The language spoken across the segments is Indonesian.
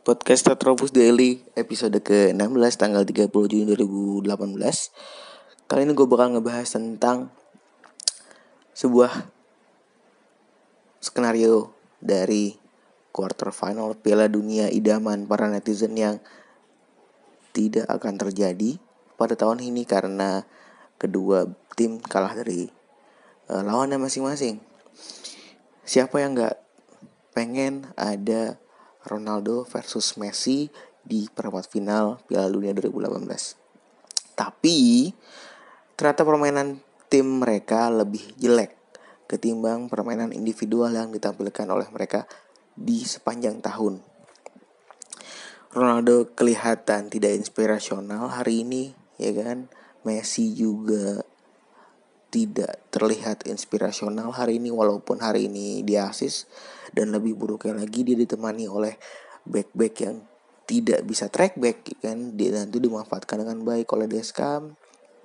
Podcast Retropus Daily episode ke-16 tanggal 30 Juni 2018. Kali ini gue bakal ngebahas tentang sebuah skenario dari quarter final Piala Dunia idaman para netizen yang tidak akan terjadi pada tahun ini karena kedua tim kalah dari lawannya masing-masing. Siapa yang gak pengen ada Ronaldo versus Messi di perempat final Piala Dunia 2018. Tapi ternyata permainan tim mereka lebih jelek ketimbang permainan individual yang ditampilkan oleh mereka di sepanjang tahun. Ronaldo kelihatan tidak inspirasional hari ini, ya kan? Messi juga tidak terlihat inspirasional hari ini, walaupun hari ini dia assist. Dan lebih buruknya lagi dia ditemani oleh back yang tidak bisa track back, kan? Dia nanti dimanfaatkan dengan baik oleh Deskam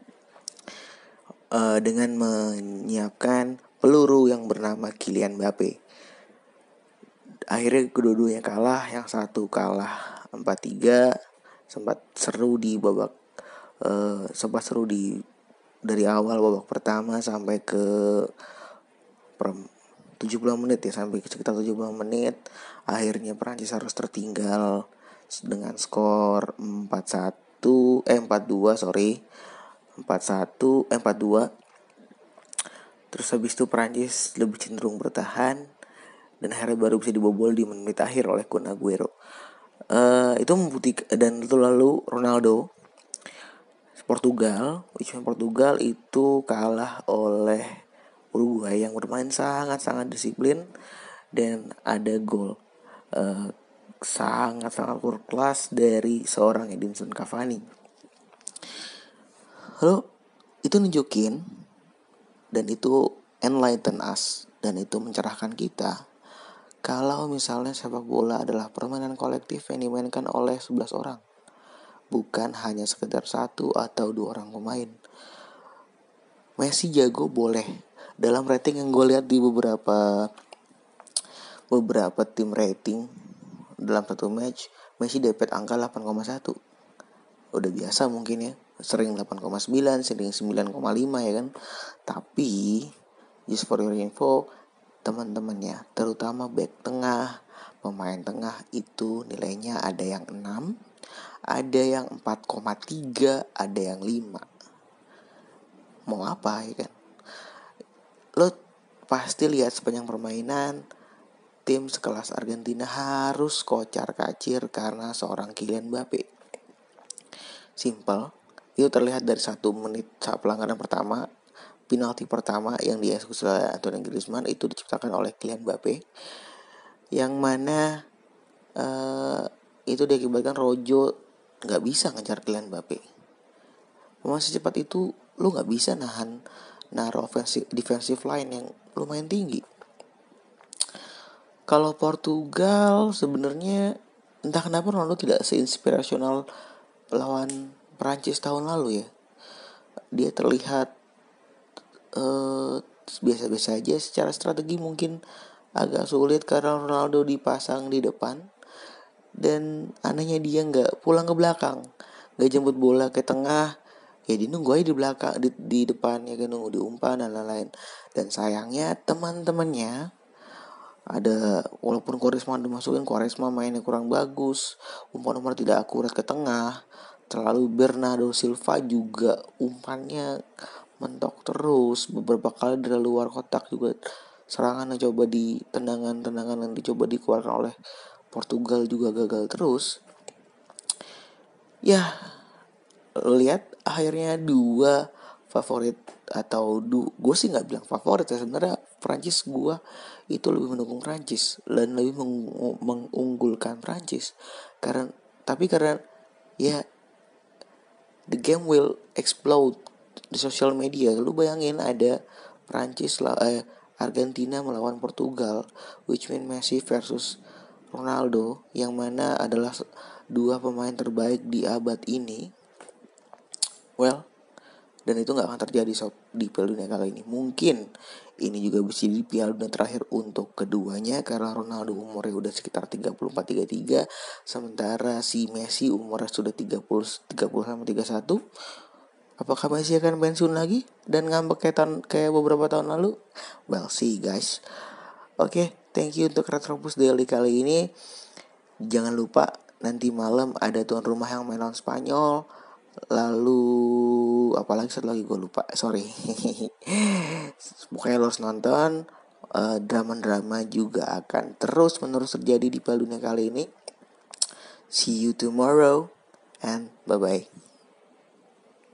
dengan menyiapkan peluru yang bernama Kylian Mbappe. Akhirnya kedua-duanya kalah, yang satu kalah 4-3, sempat seru dari awal babak pertama sampai ke 70 menit ya, sampai sekitar 70 menit. Akhirnya Prancis harus tertinggal dengan skor 4-2. Terus habis itu Prancis lebih cenderung bertahan dan akhirnya baru bisa dibobol di menit akhir oleh Kun Aguero. Itu membuktikan, dan itu lalu Ronaldo Portugal itu kalah oleh Uruguay yang bermain sangat-sangat disiplin dan ada gol sangat-sangat berkelas dari seorang Edinson Cavani. Lalu itu nunjukin dan itu enlighten us, dan itu mencerahkan kita kalau misalnya sepak bola adalah permainan kolektif yang dimainkan oleh 11 orang, bukan hanya sekedar 1 atau 2 orang pemain. Messi jago boleh. Dalam rating yang gue lihat di beberapa tim rating dalam satu match, Messi dapat angka 8,1. Udah biasa mungkin ya, sering 8,9, sering 9,5 ya kan. Tapi just for your info, teman-temannya terutama back tengah, pemain tengah itu nilainya ada yang 6, ada yang 4,3, ada yang 5. Mau apa ya kan? Lo pasti lihat sepanjang permainan tim sekelas Argentina harus kocar-kacir karena seorang Kylian Mbappe. Simple. Itu terlihat dari 1 menit saat pelanggaran pertama. Penalti pertama yang dieksekusi oleh Antoine Griezmann itu diciptakan oleh Kylian Mbappe, yang mana itu diakibatkan Rojo gak bisa ngejar Kylian Mbappe. Masih cepat itu lu gak bisa naruh defensive line yang lumayan tinggi. Kalau Portugal sebenarnya entah kenapa Ronaldo tidak seinspirasional lawan Prancis tahun lalu ya. Dia terlihat biasa-biasa aja. Secara strategi mungkin agak sulit karena Ronaldo dipasang di depan, dan anehnya dia nggak pulang ke belakang, nggak jemput bola ke tengah, ya dia nunggu aja di belakang, di depan ya kan, nunggu diumpan dan lain-lain. Dan sayangnya teman-temannya ada, walaupun Quaresma dimasukin, Quaresma mainnya kurang bagus, umpan tidak akurat ke tengah. Terlalu Bernardo Silva juga umpannya mentok terus, beberapa kali dari luar kotak juga serangan yang coba di tendangan yang dicoba dikeluarkan oleh Portugal juga gagal terus. Ya, lihat akhirnya 2 favorit atau gue sih nggak bilang favorit ya, sebenarnya Prancis gue itu lebih mendukung Prancis dan lebih mengunggulkan Prancis karena ya the game will explode di sosial media. Lu bayangin ada Argentina melawan Portugal, which mean Messi versus Ronaldo, yang mana adalah 2 pemain terbaik di abad ini. Well, dan itu nggak akan terjadi sob di Piala Dunia kali ini. Mungkin ini juga bisa jadi Piala Dunia terakhir untuk keduanya karena Ronaldo umurnya udah sekitar 34-33, sementara si Messi umurnya sudah 30 sama 31. Apakah Messi akan pensiun lagi dan ngambek kayak beberapa tahun lalu? Well, see guys. Oke, thank you untuk Retropus Daily kali ini. Jangan lupa nanti malam ada tuan rumah yang main lawan Spanyol. Lalu apalagi satu lagi gue lupa, sorry. Pokoknya lo harus nonton. Drama-drama juga akan terus menerus terjadi di Piala Dunia kali ini. See you tomorrow and bye bye.